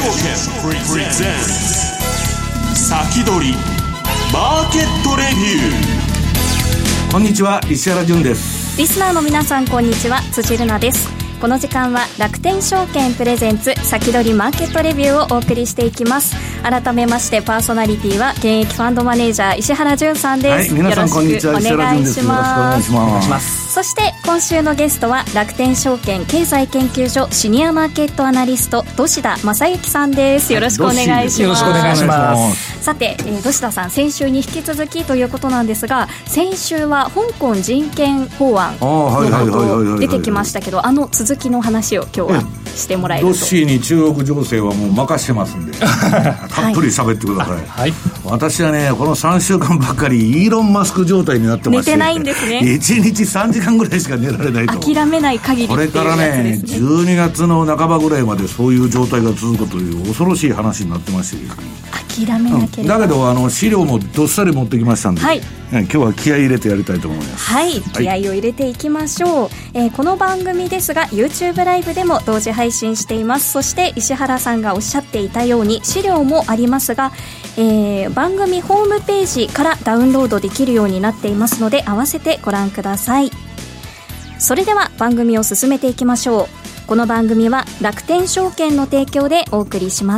プレゼンツ先取りマーケットレビュー。 こんにちは、石原潤です。 リスナーの皆さんこんにちは、辻るなです。この時間は楽天証券プレゼンツ先取りマーケットレビューをお送りしていきます。改めましてパーソナリティは現役ファンドマネージャー石原潤さんです。 はい、皆さんこんにちは、石原潤です。よろしくお願いします。 そして今週のゲストは楽天証券経済研究所シニアマーケットアナリスト土田正幸さんです。よろしくお願いします。 よろしくお願いします。 さて、土田さん、先週に引き続きということなんですが、先週は香港人権法案のこと出てきましたけど、続きの話を今日はしてもらえると。 ドッシーに中国情勢はもう任してますんでたっぷり喋ってください、はい、私はねこの3週間ばっかりイーロンマスク状態になってまして、 寝てないんですね。 1日3時間ぐらいしか寝られないと。 諦めない限りっていうやつですね。 これからね12月の半ばぐらいまでそういう状態が続くという恐ろしい話になってまして、 諦めなければ、 だけど資料もどっさり持ってきましたんで、はい、今日は気合い入れてやりたいと思います。 はい、気合いを入れていきましょう。この番組ですが YouTube ライブでも同時配信しています。そして石原さんがおっしゃっていたように資料もありますが、番組ホームページからダウンロードできるようになっていますので合わせてご覧ください。それでは番組を進めていきましょう。この番組は楽天証券の提供でお送りします。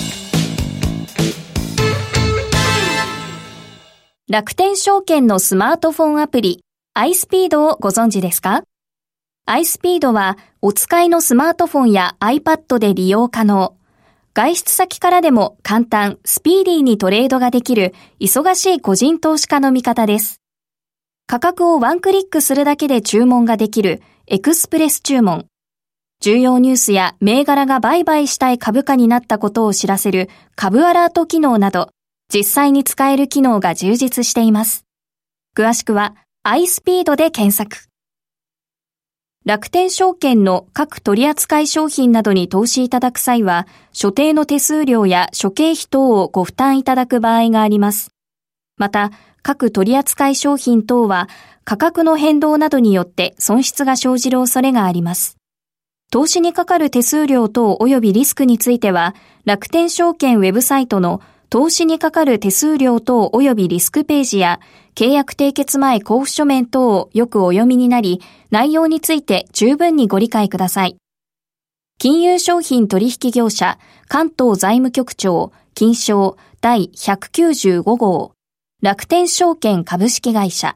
楽天証券のスマートフォンアプリ iSpeed をご存知ですか？ iSpeed はお使いのスマートフォンや iPad で利用可能。外出先からでも簡単、スピーディーにトレードができる忙しい個人投資家の味方です。価格をワンクリックするだけで注文ができるエクスプレス注文。重要ニュースや銘柄が売買したい株価になったことを知らせる株アラート機能など、実際に使える機能が充実しています。詳しくは iSpeed で検索。楽天証券の各取扱商品などに投資いただく際は、所定の手数料や諸経費等をご負担いただく場合があります。また、各取扱商品等は価格の変動などによって損失が生じる恐れがあります。投資にかかる手数料等及びリスクについては、楽天証券ウェブサイトの投資にかかる手数料等及びリスクページや契約締結前交付書面等をよくお読みになり、内容について十分にご理解ください。金融商品取引業者関東財務局長金商第195号楽天証券株式会社。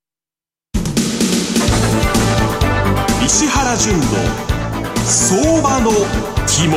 石原潤の相場の肝。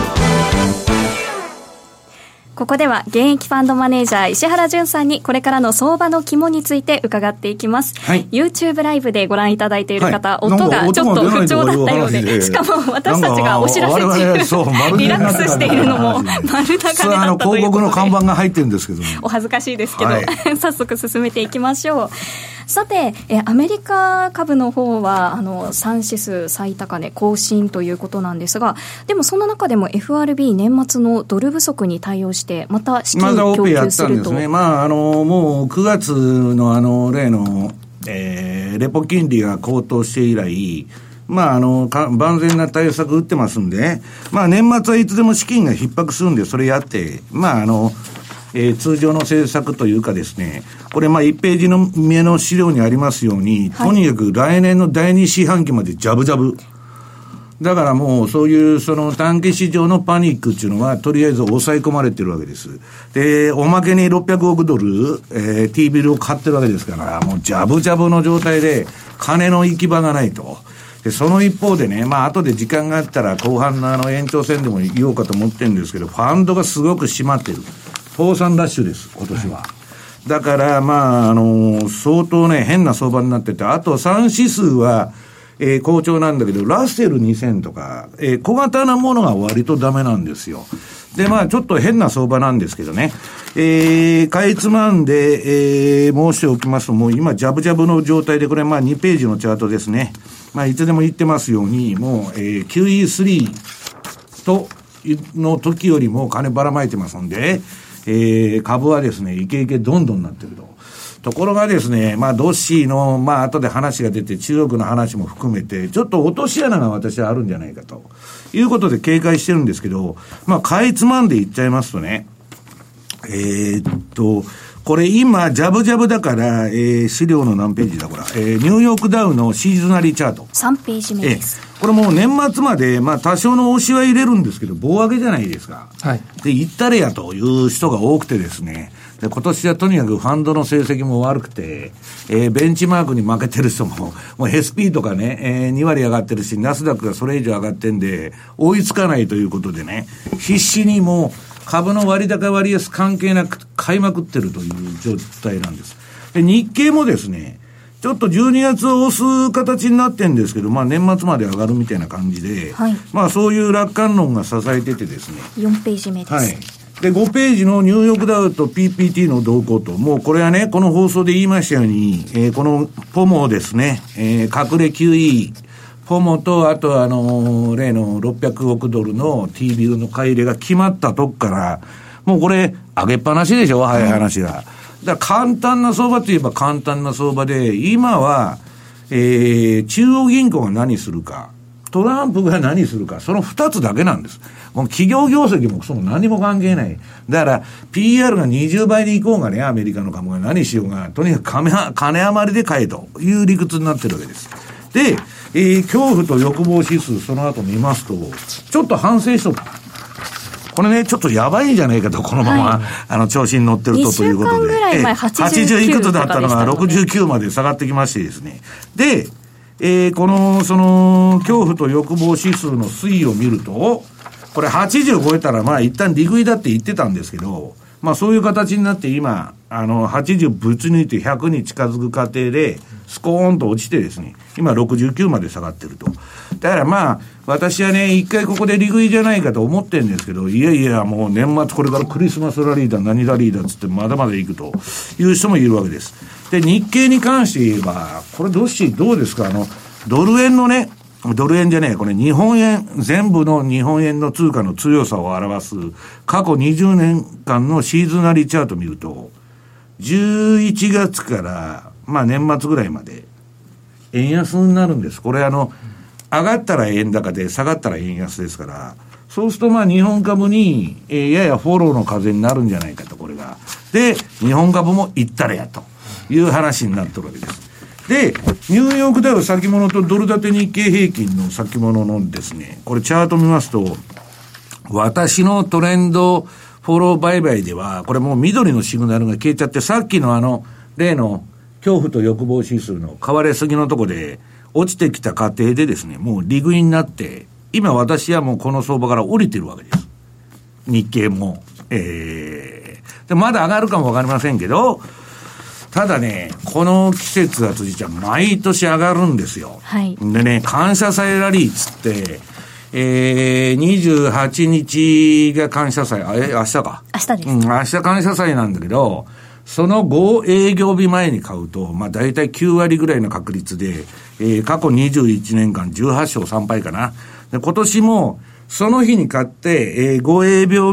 ここでは現役ファンドマネージャー石原潤さんにこれからの相場の肝について伺っていきます、はい、YouTube ライブでご覧いただいている方、はい、音がちょっと不調だったようで、しかも私たちがお知らせ中リラックスしているのも丸投げだったということで、 広告の看板が入ってるんですけど、ね、 お恥ずかしいですけど、はい、早速進めていきましょう。さて、アメリカ株の方は3指数最高値更新ということなんですが、でもその中でも FRB 年末のドル不足に対応してまた資金供給すると、 もう9月の例の、レポ金利が高騰して以来、万全な対策打ってますんで、年末はいつでも資金が逼迫するんで、それやって、通常の政策というかですね、これ1ページの目の資料にありますように、とにかく来年の第2四半期までジャブジャブ。だからもうそういう短期市場のパニックっていうのはとりあえず抑え込まれてるわけです。で、おまけに600億ドル、T ビルを買ってるわけですから、もうジャブジャブの状態で金の行き場がないと。で、その一方でね、後で時間があったら後半の延長戦でも言おうかと思ってるんですけど、ファンドがすごく締まってる。倒産ラッシュです、今年は。だから、相当ね、変な相場になってて、あと3指数は、好調なんだけど、ラッセル2000とか、小型なものが割とダメなんですよ。で、ちょっと変な相場なんですけどね。かいつまんで、申しておきますと、もう今、ジャブジャブの状態で、これ2ページのチャートですね。いつでも言ってますように、もう、QE3 の時よりも金ばらまいてますんで、株はですね、イケイケどんどんなってると。 ところがですね、ドッシーの、後で話が出て、中国の話も含めて、ちょっと落とし穴が私はあるんじゃないかということで警戒してるんですけど、かいつまんで言っちゃいますとね、これ今、ジャブジャブだから、資料の何ページだ、これ。ニューヨークダウのシーズナリーチャート。 3ページ目です。 これもう年末まで、多少の押しは入れるんですけど、棒上げじゃないですか。 はい。 で、行ったれやという人が多くてですね。で、今年はとにかくファンドの成績も悪くて、ベンチマークに負けてる人も、もう SP とかね、2割上がってるし、ナスダックがそれ以上上がってんで、追いつかないということでね、必死にもう、株の割高割安関係なく買いまくってるという状態なんです。で、日経もですね、ちょっと12月を押す形になってるんですけど、年末まで上がるみたいな感じで、 はい、 そういう楽観論が支えててですね。 4ページ目です。 はい。で、5ページのニューヨークダウと PPT の動向と、もうこれはね、この放送で言いましたように、このポモですね、隠れ QE、ポモと、あと例の600億ドルの T ビルの買い入れが決まったとこから、もうこれ、上げっぱなしでしょ、早い話が。だから簡単な相場といえば簡単な相場で、今は、中央銀行が何するか、トランプが何するか、その2つだけなんです。もう企業業績もその何も関係ない。だから、PR が20倍でいこうがね、アメリカの株が何しようが、とにかく金余りで買えという理屈になってるわけです。で、恐怖と欲望指数、その後見ますと、ちょっと反省しとった。これね、ちょっとやばいんじゃないかと、このまま、はい、調子に乗ってるということで。2週間ぐらい前、80いくつだったのが69まで下がってきましてですね。で、この、恐怖と欲望指数の推移を見ると、これ80超えたら、一旦利食いだって言ってたんですけど、そういう形になって今、80ぶち抜いて100に近づく過程で、スコーンと落ちてですね、今69まで下がってると。だから私はね、一回ここで利食いじゃないかと思ってるんですけど、いやいや、もう年末これからクリスマスラリーだ、何ラリーだっつってまだまだ行くという人もいるわけです。で、日経に関して言えば、これどうですか、ドル円のね、ドル円じゃねえ、これ日本円、全部の日本円の通貨の強さを表す過去20年間のシーズナリーチャート見ると、11月から年末ぐらいまで円安になるんです。これ上がったら円高で下がったら円安ですから、そうすると日本株に、ややフォローの風になるんじゃないかと、これが。で、日本株も行ったらやという話になってるわけです。で、ニューヨークダウ先物とドル建て日経平均の先物のですね、これチャート見ますと、私のトレンドフォロー売買では、これもう緑のシグナルが消えちゃって、さっきの例の恐怖と欲望指数の買われすぎのとこで落ちてきた過程でですね、もう利食いになって、今私はもうこの相場から降りてるわけです。日経も。で、まだ上がるかもわかりませんけど、ただね、この季節は辻ちゃん、毎年上がるんですよ。 はい。 でね、感謝祭ラリーっつって、28日が感謝祭、明日か。 明日です。 明日感謝祭なんだけど、その5営業日前に買うと、だいたい9割ぐらいの確率で、過去21年間18勝3敗かな。で、今年も、その日に買って、5営業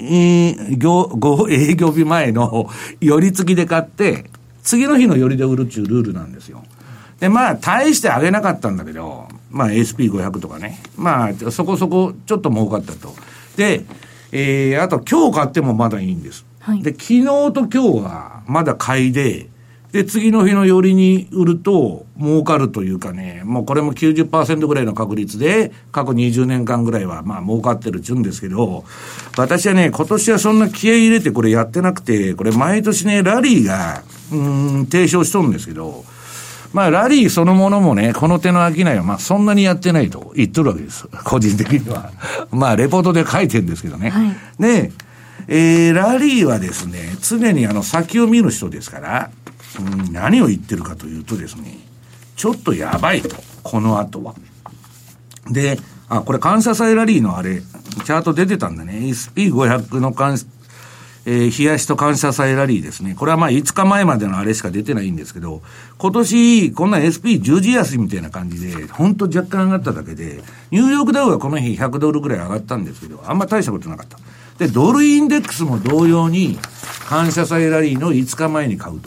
日前の寄り付きで買って、次の日の寄りで売るっていうルールなんですよ。で、大して上げなかったんだけど、SP500 とかね。そこそこちょっと儲かったと。で、あと今日買ってもまだいいんです。 はい、 で、昨日と今日はまだ買いで、で、次の日の寄りに売ると儲かるというかね、もうこれも 90% ぐらいの確率で、過去20年間ぐらいは儲かってるっちゅうんですけど、私はね、今年はそんな気合い入れてこれやってなくて、これ毎年ね、ラリーが、提唱しとるんですけど、ラリーそのものもね、この手の商いはそんなにやってないと言っとるわけです。個人的には。レポートで書いてるんですけどね。 はい、 で、ラリーはですね、常に先を見る人ですから、何を言ってるかというとですね、ちょっとやばいと、この後は。で、これ感謝祭ラリーのチャート出てたんだね。SP500 の冷やしと感謝祭ラリーですね。これは5日前までのあれしか出てないんですけど、今年こんな SP10 時安みたいな感じで、ほんと若干上がっただけで、ニューヨークダウはこの日100ドルぐらい上がったんですけど、あんま大したことなかった。で、ドルインデックスも同様に、感謝祭ラリーの5日前に買うと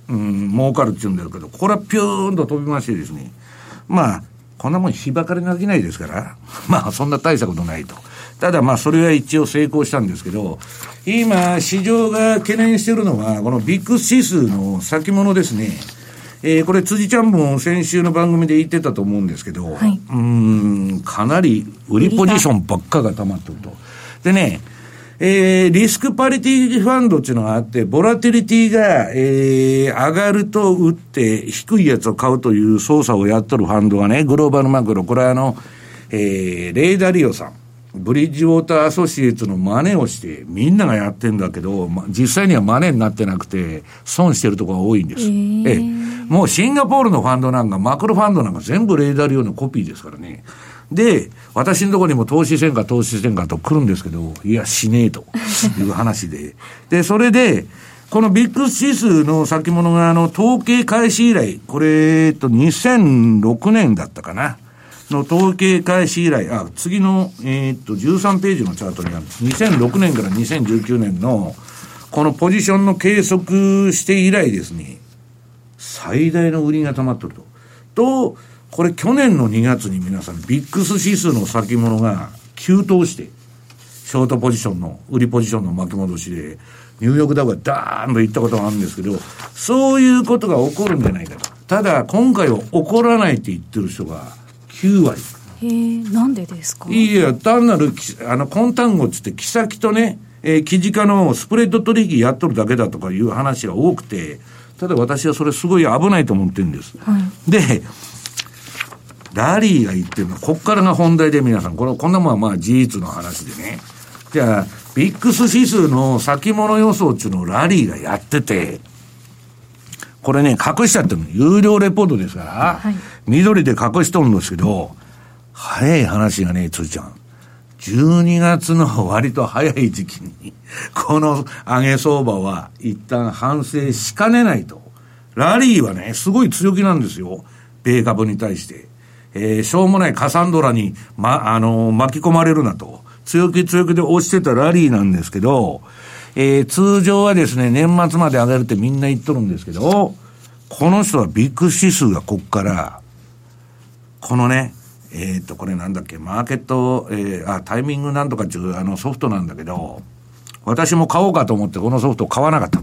儲かるって言うんだけど、これはピューンと飛びましてですね。まあ、こんなもん日ばかりなきないですから、まあそんな大したことないと。ただまあそれは一応成功したんですけど、今市場が懸念しているのは、このビッグ指数の先物ですね。これ辻ちゃんも先週の番組で言ってたと思うんですけど、はい、かなり売りポジションばっかが溜まってると。でね、リスクパリティファンドっていうのがあって、ボラティリティが、上がると売って低いやつを買うという操作をやっとるファンドがね、グローバルマクロ、これはレイダリオさん、ブリッジウォーターアソシエイツの真似をして、みんながやってんだけど、実際には真似になってなくて、損してるところが多いんです。もうシンガポールのファンドなんか、マクロファンドなんか全部レイダリオのコピーですからね。で、私のところにも投資せんかと来るんですけど、いや、しねえという話で。で、それで、このビッグ指数の先物が統計開始以来、これ、2006年だったかな。の統計開始以来、次の、13ページのチャートにあるんです。2006年から2019年の、このポジションの計測して以来ですね、最大の売りが溜まってると。これ去年の2月に皆さん、ビックス指数の先物が急騰して、ショートポジションの、売りポジションの巻き戻しで、ニューヨークダウがダーンといったことがあるんですけど、そういうことが起こるんじゃないかと。ただ、今回は起こらないって言ってる人が9割。 なんでですか？ いや、単なる、混単語つって、木先とね、記事化のスプレッド取引やっとるだけだとかいう話が多くて、ただ私はそれすごい危ないと思ってるんです。はい、で、ラリーが言ってるのは、こっからが本題で皆さん、こんなもんはまあ事実の話でね。じゃあ、ビックス指数の先物予想っていうのをラリーがやってて、これね、隠しちゃってるの。有料レポートですから、はい、緑で隠しとるんですけど、早い話がね、つーちゃん。12月の割と早い時期に、この上げ相場は一旦反省しかねないと。ラリーはね、すごい強気なんですよ。米株に対して。しょうもないカサンドラに、巻き込まれるなと。強気で押してたラリーなんですけど、通常はですね、年末まで上げるってみんな言っとるんですけど、この人はビッグ指数がこっから、このね、これなんだっけ、マーケット、タイミングなんとかっていうソフトなんだけど、私も買おうかと思ってこのソフト買わなかった。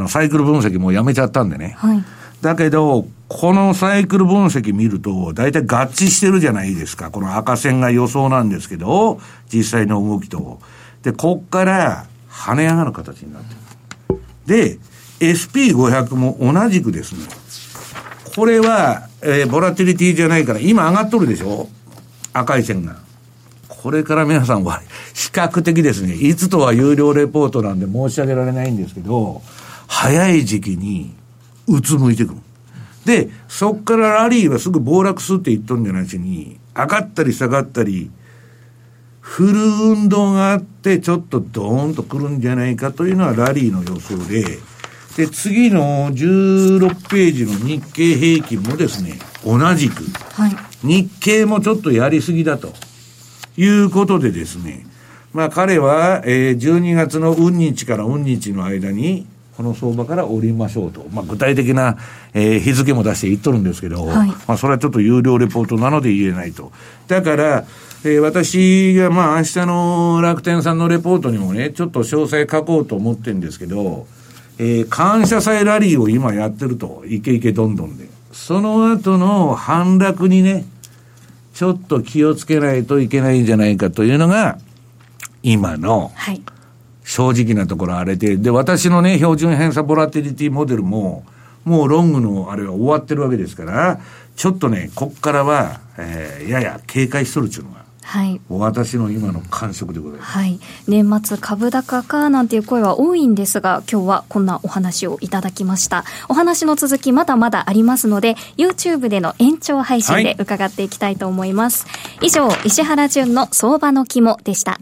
サイクル分析もうやめちゃったんでね。はい。だけど、このサイクル分析見ると、だいたい合致してるじゃないですか。この赤線が予想なんですけど、実際の動きと。で、こっから跳ね上がる形になってる。で、SP500 も同じくですね。これは、ボラティリティじゃないから、今上がっとるでしょ？赤い線が。これから皆さんは、比較的ですね、いつとは有料レポートなんで申し上げられないんですけど、早い時期に、うつむいてくる。で、そっからラリーはすぐ暴落するって言っとるんじゃないしに、上がったり下がったり、振る運動があって、ちょっとドーンと来るんじゃないかというのはラリーの予想で、で、次の16ページの日経平均もですね、同じく、はい、日経もちょっとやりすぎだということでですね、まあ彼は、12月の運日から運日の間に、この相場から降りましょうと。まあ、具体的な、日付も出して言っとるんですけど、はい、まあ、それはちょっと有料レポートなので言えないと。だから、私がまあ、明日の楽天さんのレポートにもね、ちょっと詳細書こうと思ってるんですけど、感謝祭ラリーを今やってると。イケイケどんどんで。その後の反落にね、ちょっと気をつけないといけないんじゃないかというのが、今の、はい、正直なところあれで、で、私のね、標準偏差ボラティリティモデルも、もうロングのあれは終わってるわけですから、ちょっとね、こっからは、やや警戒しとるっていうのが、はい、私の今の感触でございます。 はい。年末株高かなんていう声は多いんですが、今日はこんなお話をいただきました。お話の続きまだまだありますので、YouTube での延長配信で伺っていきたいと思います。はい、以上、石原淳の相場の肝でした。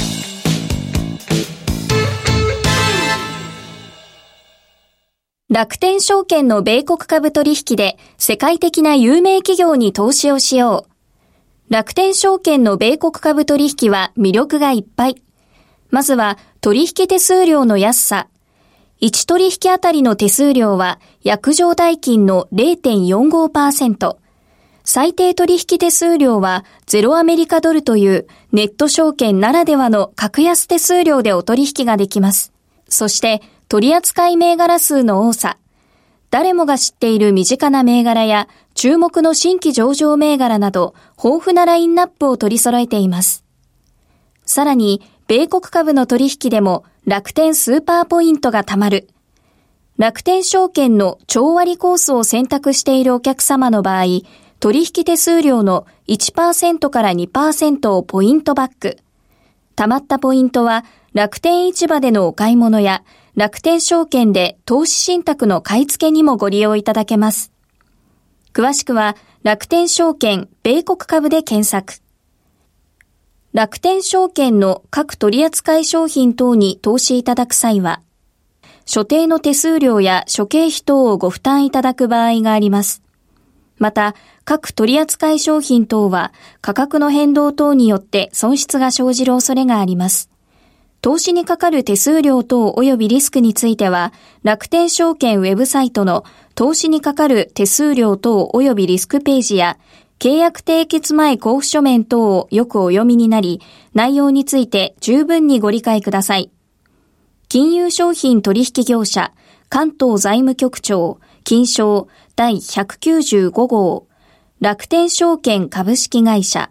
楽天証券の米国株取引で世界的な有名企業に投資をしよう。楽天証券の米国株取引は魅力がいっぱい。まずは取引手数料の安さ。 1取引あたりの手数料は約定代金の 0.45%、最低取引手数料は0アメリカドルというネット証券ならではの格安手数料でお取引ができます。そして取扱銘柄数の多さ、誰もが知っている身近な銘柄や注目の新規上場銘柄など豊富なラインナップを取り揃えています。さらに米国株の取引でも楽天スーパーポイントが貯まる。楽天証券の超割コースを選択しているお客様の場合、取引手数料の 1% から 2% をポイントバック。貯まったポイントは楽天市場でのお買い物や楽天証券で投資信託の買い付けにもご利用いただけます。詳しくは楽天証券米国株で検索。楽天証券の各取扱商品等に投資いただく際は、所定の手数料や諸経費等をご負担いただく場合があります。また、各取扱商品等は価格の変動等によって損失が生じる恐れがあります。投資にかかる手数料等及びリスクについては、楽天証券ウェブサイトの投資にかかる手数料等及びリスクページや、契約締結前交付書面等をよくお読みになり、内容について十分にご理解ください。金融商品取引業者、関東財務局長、金商第195号、楽天証券株式会社。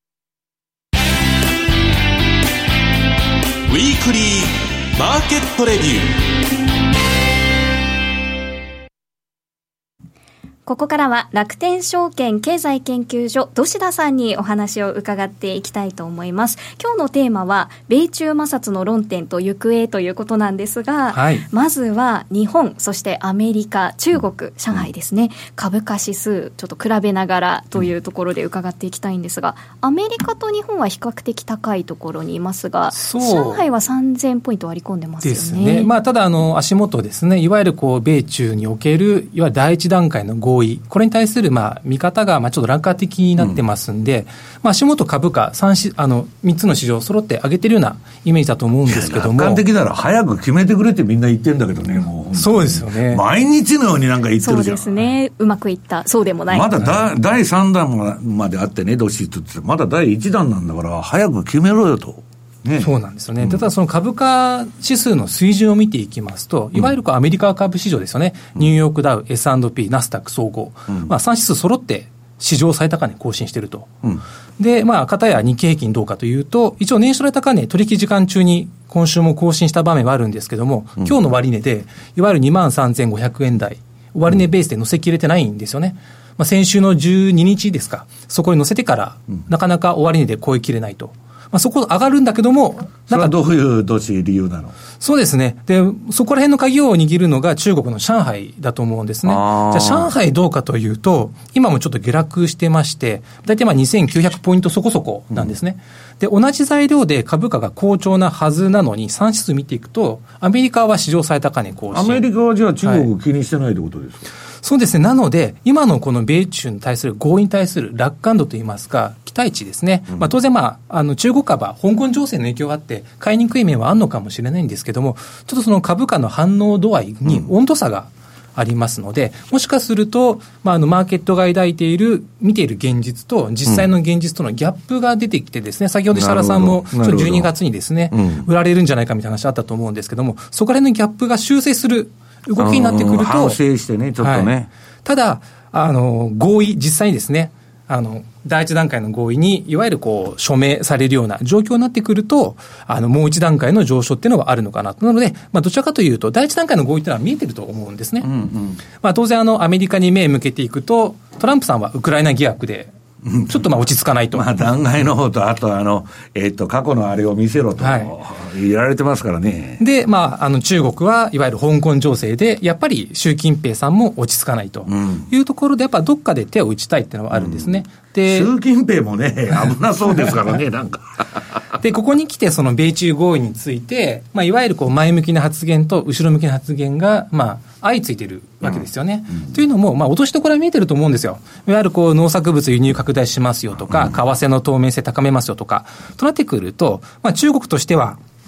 ウィークリーマーケットレビュー。 ここからは楽天証券経済研究所土田さんにお話を伺っていきたいと思います。今日のテーマは米中摩擦の論点と行方ということなんですが、はい、まずは日本、そしてアメリカ、中国、上海ですね、株価指数ちょっと比べながらというところで伺っていきたいんですが、アメリカと日本は比較的高いところにいますが、上海は3000ポイント割り込んでますよね。ですね。 まあ、ただ足元ですね、いわゆる米中におけるいわゆる第一段階の合意、これに対する見方がちょっと楽観的になってますんで、足元株価3つの市場揃って上げてるようなイメージだと思うんですけども、 楽観的なら早く決めてくれってみんな言ってるんだけどね、もうそうですよね。 毎日のようになんか言ってるじゃん。 そうですね。うまくいった、そうでもない。 まだ第3弾まであってね、どしっとってまだ第1弾なんだから早く決めろよと。ね、 そうなんですよね。ただその株価指数の水準を見ていきますと、いわゆるアメリカ株市場ですよね、ニューヨークダウ、S&P、ナスダック総合、3指数揃って史上最高値更新していると。で、片や日経平均どうかというと、一応年初来高値取引時間中に今週も更新した場面はあるんですけども、今日の終値でいわゆる 23,500 円台、終値ベースで乗せきれてないんですよね。先週の12日ですか、そこに乗せてから、なかなか終値で超えきれないと。そこ上がるんだけども、 それはどういう理由なの？ そうですね。で、そこら辺の鍵を握るのが中国の上海だと思うんですね。じゃあ上海どうかというと、今もちょっと下落してまして、だいたい2900ポイントそこそこなんですね。で、同じ材料で株価が好調なはずなのに、3指数見ていくと、アメリカは史上最高値更新。 アメリカはじゃあ中国気にしてないってことですか？ そうですね。なので、今のこの米中に対する合意に対する楽観度といいますか、期待値ですね。当然中国株は香港情勢の影響があって、買いにくい面はあるのかもしれないんですけども、ちょっとその株価の反応度合いに温度差がありますので、もしかすると、マーケットが抱いている、見ている現実と実際の現実とのギャップが出てきてですね、先ほど設楽さんも12月にですね、売られるんじゃないかみたいな話あったと思うんですけども、そこら辺のギャップが修正する動きになってくると、 反省してね、ちょっとね。 はい、ただ、合意、実際にですね、第一段階の合意に、いわゆる署名されるような状況になってくると、もう一段階の上昇っていうのがあるのかなと。なので、どちらかというと、第一段階の合意っていうのは見えてると思うんですね。当然、アメリカに目を向けていくと、トランプさんはウクライナ疑惑で、ちょっと落ち着かないと。 弾劾の方と、あと過去のあれを見せろと、言られてますからね。 で、中国はいわゆる香港情勢で、やっぱり習近平さんも落ち着かないというところで、やっぱどっかで手を打ちたいっていうのはあるんですね。で、 習近平もね、危なそうですからね、なんか。 で、ここに来て、その米中合意について、いわゆる前向きな発言と後ろ向きな発言が、相次いでいるわけですよね。というのも、落としどころは見えてると思うんですよ。いわゆる農作物輸入拡大しますよとか、為替の透明性高めますよとか、となってくると、中国としては、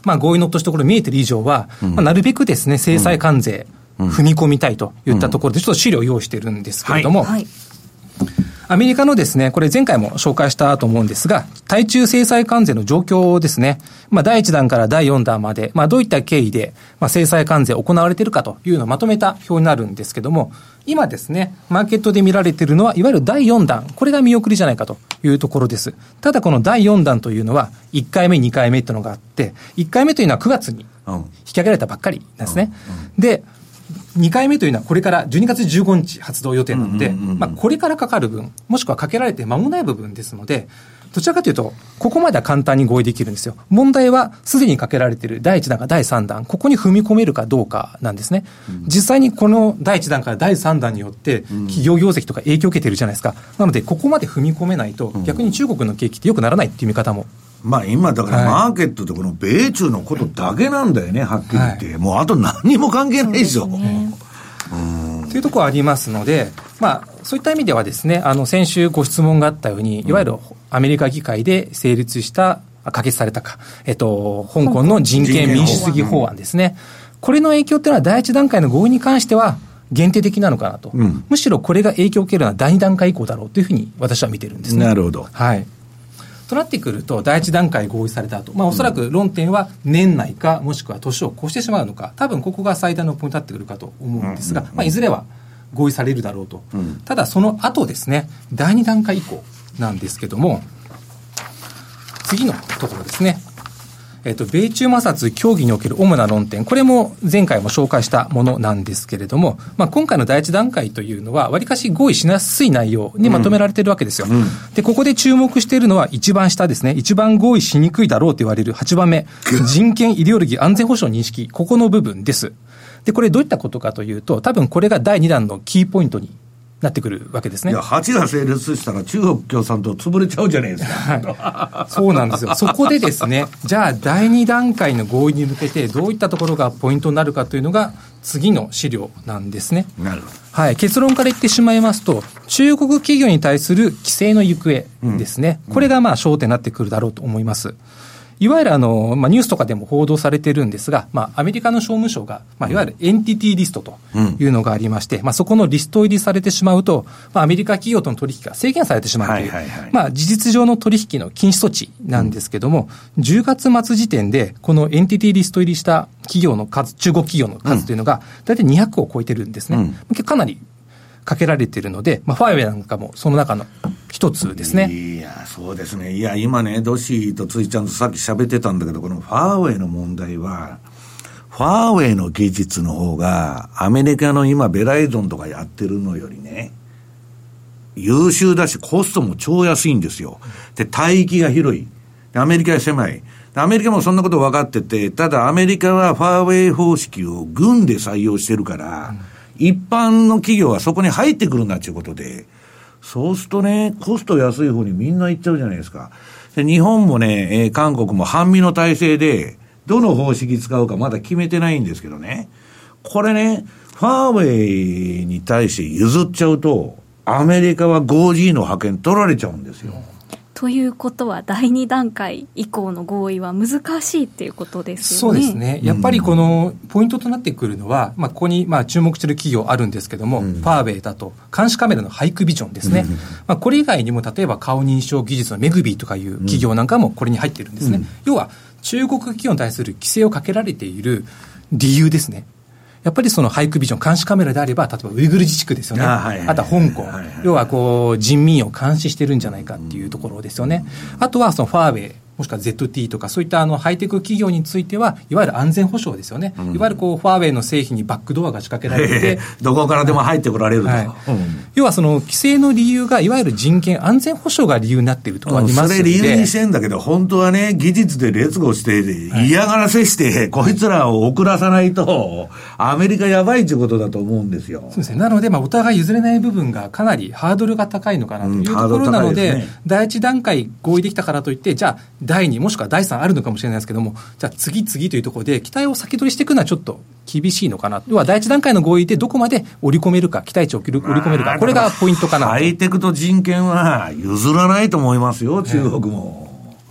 合意の落としどころ見えてる以上は、なるべくですね、制裁関税、踏み込みたいといったところで、ちょっと資料を用意してるんですけれども、アメリカのですね、これ前回も紹介したと思うんですが、対中制裁関税の状況ですね、第1弾から第4弾まで、どういった経緯で、制裁関税行われているかというのをまとめた表になるんですけども、今ですね、マーケットで見られているのは、いわゆる第4弾、これが見送りじゃないかというところです。ただこの第4弾というのは、1回目、2回目というのがあって、1回目というのは9月に引き上げられたばっかりなんですね。で、2回目というのはこれから12月15日発動予定なので、これからかかる分、もしくはかけられて間もない部分ですので、どちらかというと、ここまでは簡単に合意できるんですよ。問題は、すでにかけられている第1弾か第3弾、ここに踏み込めるかどうかなんですね。実際にこの第1弾から第3弾によって、企業業績とか影響を受けているじゃないですか。なので、ここまで踏み込めないと、逆に中国の景気って良くならないっていう見方も。 今だからマーケットってこの米中のことだけなんだよね、はっきり言って。もうあと何にも関係ないですよ。 というところはありますので、そういった意味ではですね、先週ご質問があったように、いわゆるアメリカ議会で成立した、可決されたか、香港の人権民主主義法案ですね。これの影響っていうのは第一段階の合意に関しては限定的なのかなと。むしろこれが影響を受けるのは第二段階以降だろうというふうに私は見てるんですね。 なるほど。 はい。となってくると、第一段階合意された後、おそらく論点は年内か、もしくは年を越してしまうのか、多分ここが最大のポイントになってくるかと思うんですが、いずれは合意されるだろうと。ただその後ですね、第二段階以降なんですけども、次のところですね。米中摩擦協議における主な論点、これも前回も紹介したものなんですけれども、今回の第一段階というのは、わりかし合意しやすい内容にまとめられているわけですよ。で、ここで注目しているのは一番下ですね、一番合意しにくいだろうと言われる8番目、人権、イデオロギー、安全保障認識、ここの部分です。で、これどういったことかというと、多分これが第2弾のキーポイントになってくるわけですね。 いや、8が成立したら中国共産党潰れちゃうじゃないですか。 そうなんですよ。そこでですね、じゃあ第2段階の合意に向けてどういったところがポイントになるかというのが次の資料なんですね。 なるほど。 はい。結論から言ってしまいますと、中国企業に対する規制の行方ですね。これが焦点になってくるだろうと思います。いわゆるニュースとかでも報道されてるんですが、アメリカの商務省が、いわゆるエンティティリストというのがありまして、そこのリスト入りされてしまうと、アメリカ企業との取引が制限されてしまうという、事実上の取引の禁止措置なんですけども、10月末時点で、このエンティティリスト入りした企業の数、中国企業の数というのが、大体200を超えてるんですね。かなりかけられているので、ファーウェイなんかもその中の一つですね。 いや、そうですね。いや、今ね、ドシーとついちゃんとさっき喋ってたんだけど、このファーウェイの問題は、ファーウェイの技術の方が、アメリカの今、ベライゾンとかやってるのよりね、優秀だし、コストも超安いんですよ。で、帯域が広い。アメリカは狭い。アメリカもそんなこと分かってて、ただアメリカはファーウェイ方式を軍で採用してるから、一般の企業はそこに入ってくるなということで、そうするとね、コスト安い方にみんな行っちゃうじゃないですか。で、日本もね、韓国も半身の体制で、どの方式使うかまだ決めてないんですけどね。これね、ファーウェイに対して譲っちゃうと、アメリカは 5G の覇権取られちゃうんですよ。 ということは第2段階以降の合意は難しいっていうことですよね。 そうですね。やっぱりこのポイントとなってくるのは、ここに注目している企業あるんですけども、ファーウェイだと監視カメラのハイクビジョンですね。これ以外にも例えば顔認証技術のメグビーとかいう企業なんかもこれに入っているんですね。要は中国企業に対する規制をかけられている理由ですね。やっぱりそのハイクビジョン、監視カメラであれば、例えばウイグル自治区ですよね。あとは香港。要は人民を監視してるんじゃないかっていうところですよね。あとはそのファーウェイ、もしくは ZT とかそういったハイテク企業については、いわゆる安全保障ですよね。いわゆるファーウェイの製品にバックドアが仕掛けられて、 どこからでも入ってこられると。 要はその規制の理由が、いわゆる人権、安全保障が理由になっているところがありますので。 それ理由にしてんだけど、本当はね、技術で劣後して、嫌がらせして、こいつらを遅らさないと、アメリカやばいっていうことだと思うんですよ。 そうですね。なので、お互い譲れない部分がかなりハードルが高いのかなというところなので、第一段階合意できたからといって、じゃあ、第2もしくは第3あるのかもしれないですけども、じゃあ次々というところで期待を先取りしていくのはちょっと厳しいのかな。要は第一段階の合意でどこまで織り込めるか、期待値を織り込めるか、これがポイントかなと。 ハイテクと人権は譲らないと思いますよ、中国も。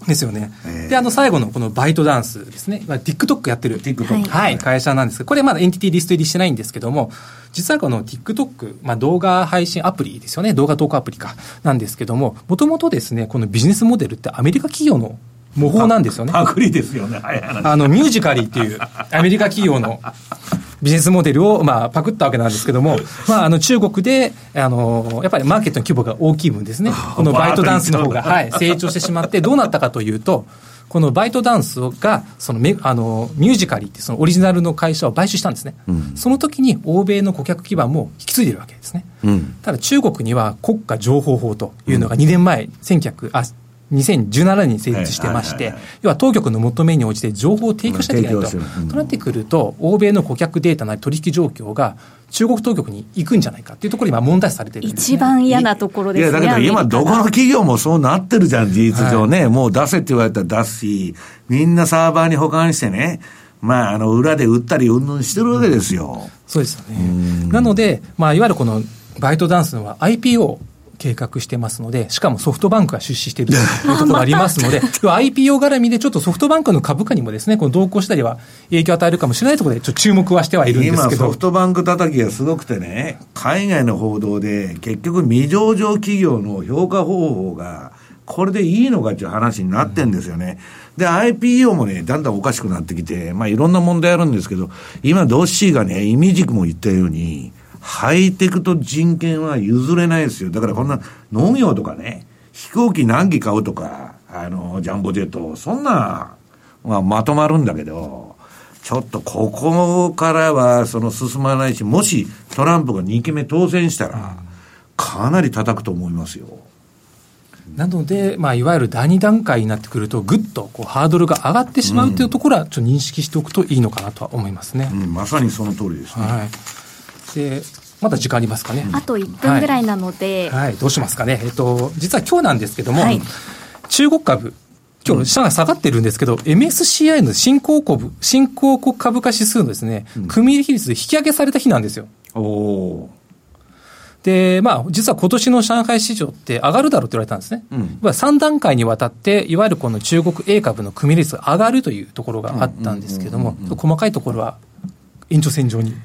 ですよね。で、最後のこのバイトダンスですね。TikTok やってる。 TikTok。 はい、会社なんですけど、これまだエンティティリスト入りしてないんですけども、実はこの TikTok、動画配信アプリですよね。動画投稿アプリか。なんですけども、もともとですね、このビジネスモデルってアメリカ企業の模倣なんですよね。 パクリですよね。 ミュージカリーっていうアメリカ企業のビジネスモデルをパクったわけなんですけども、中国でやっぱりマーケットの規模が大きい分ですね、このバイトダンスの方が、成長してしまって、どうなったかというと、このバイトダンスがミュージカリーってそのオリジナルの会社を買収したんですね、その時に欧米の顧客基盤も引き継いでるわけですね、ただ中国には国家情報法というのが2年前、2017年に成立してまして、要は当局の求めに応じて情報を提供しなきゃいけないと。となってくると、欧米の顧客データなり取引状況が中国当局に行くんじゃないかというところに今問題視されているんですね。 一番嫌なところですね。 いや、だけど今どこの企業もそうなってるじゃん、事実上ね。もう出せって言われたら出すし、みんなサーバーに保管してね、裏で売ったりうんぬんしてるわけですよ。 そうですよね。なので、いわゆるこのバイトダンスのは IPO計画してますので、しかもソフトバンクが出資しているというところがありますので、IPO 絡みでちょっとソフトバンクの株価にもですね、この同行したりは影響を与えるかもしれないところでちょっと注目はしてはいるんですけど、 今ソフトバンク叩きがすごくてね、海外の報道で結局未上場企業の評価方法がこれでいいのかっていう話になってんですよね。で IPO もねだんだんおかしくなってきて、いろんな問題あるんですけど、今ドッシーがねイミジクも言ったようにハイテクと人権は譲れないですよ。だからこんな農業とかね、飛行機何機買うとか、ジャンボジェット、そんな、まとまるんだけど、ちょっとここからは進まないし、もしトランプが2期目当選したら、かなり叩くと思いますよ。 なので、いわゆる第2段階になってくると、ぐっとハードルが上がってしまうというところは、ちょっと認識しておくといいのかなとは思いますね。 まさにその通りですね。 でまだ時間ありますかね。 あと1分ぐらいなので、 どうしますかね。実は今日なんですけども、中国株、今日、下が下がってるんですけど、MSCI の新興国株価指数のですね、組入比率で引き上げされた日なんですよ。で、実は今年の上海市場って上がるだろうって言われたんですね。3段階にわたって、いわゆるこの中国 A 株の組入率が上がるというところがあったんですけども、細かいところは、延長線上に。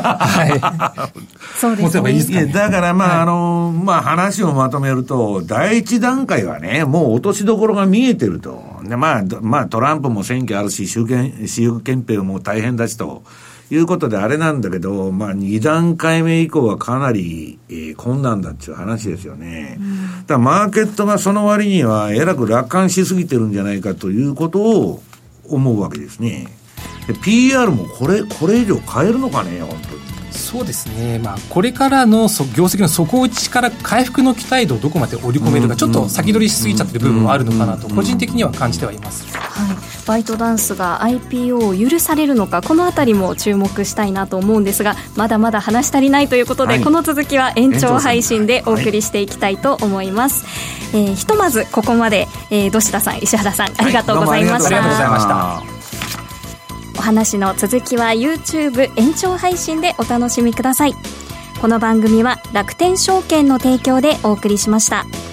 そうですね。 持てばいいですかね。 だから話をまとめると、第一段階はね、もう落としどころが見えてると。で、トランプも選挙あるし、習近平も大変だしということであれなんだけど、2段階目以降はかなり、困難だっていう話ですよね。だからマーケットがその割にはえらく楽観しすぎてるんじゃないかということを思うわけですね。PR もこれ以上変えるのかね、本当に。 そうですね、これからの業績の底打ちから回復の期待度をどこまで織り込めるか、ちょっと先取りしすぎちゃってる部分はあるのかなと個人的には感じてはいます。 バイトダンスが IPO を許されるのか、このあたりも注目したいなと思うんですが、まだまだ話し足りないということで、この続きは延長配信でお送りしていきたいと思います。ひとまずここまで、土下さん、石原さん、ありがとうございました。 ありがとうございました。 お話の続きは YouTube 延長配信でお楽しみください。この番組は楽天証券の提供でお送りしました。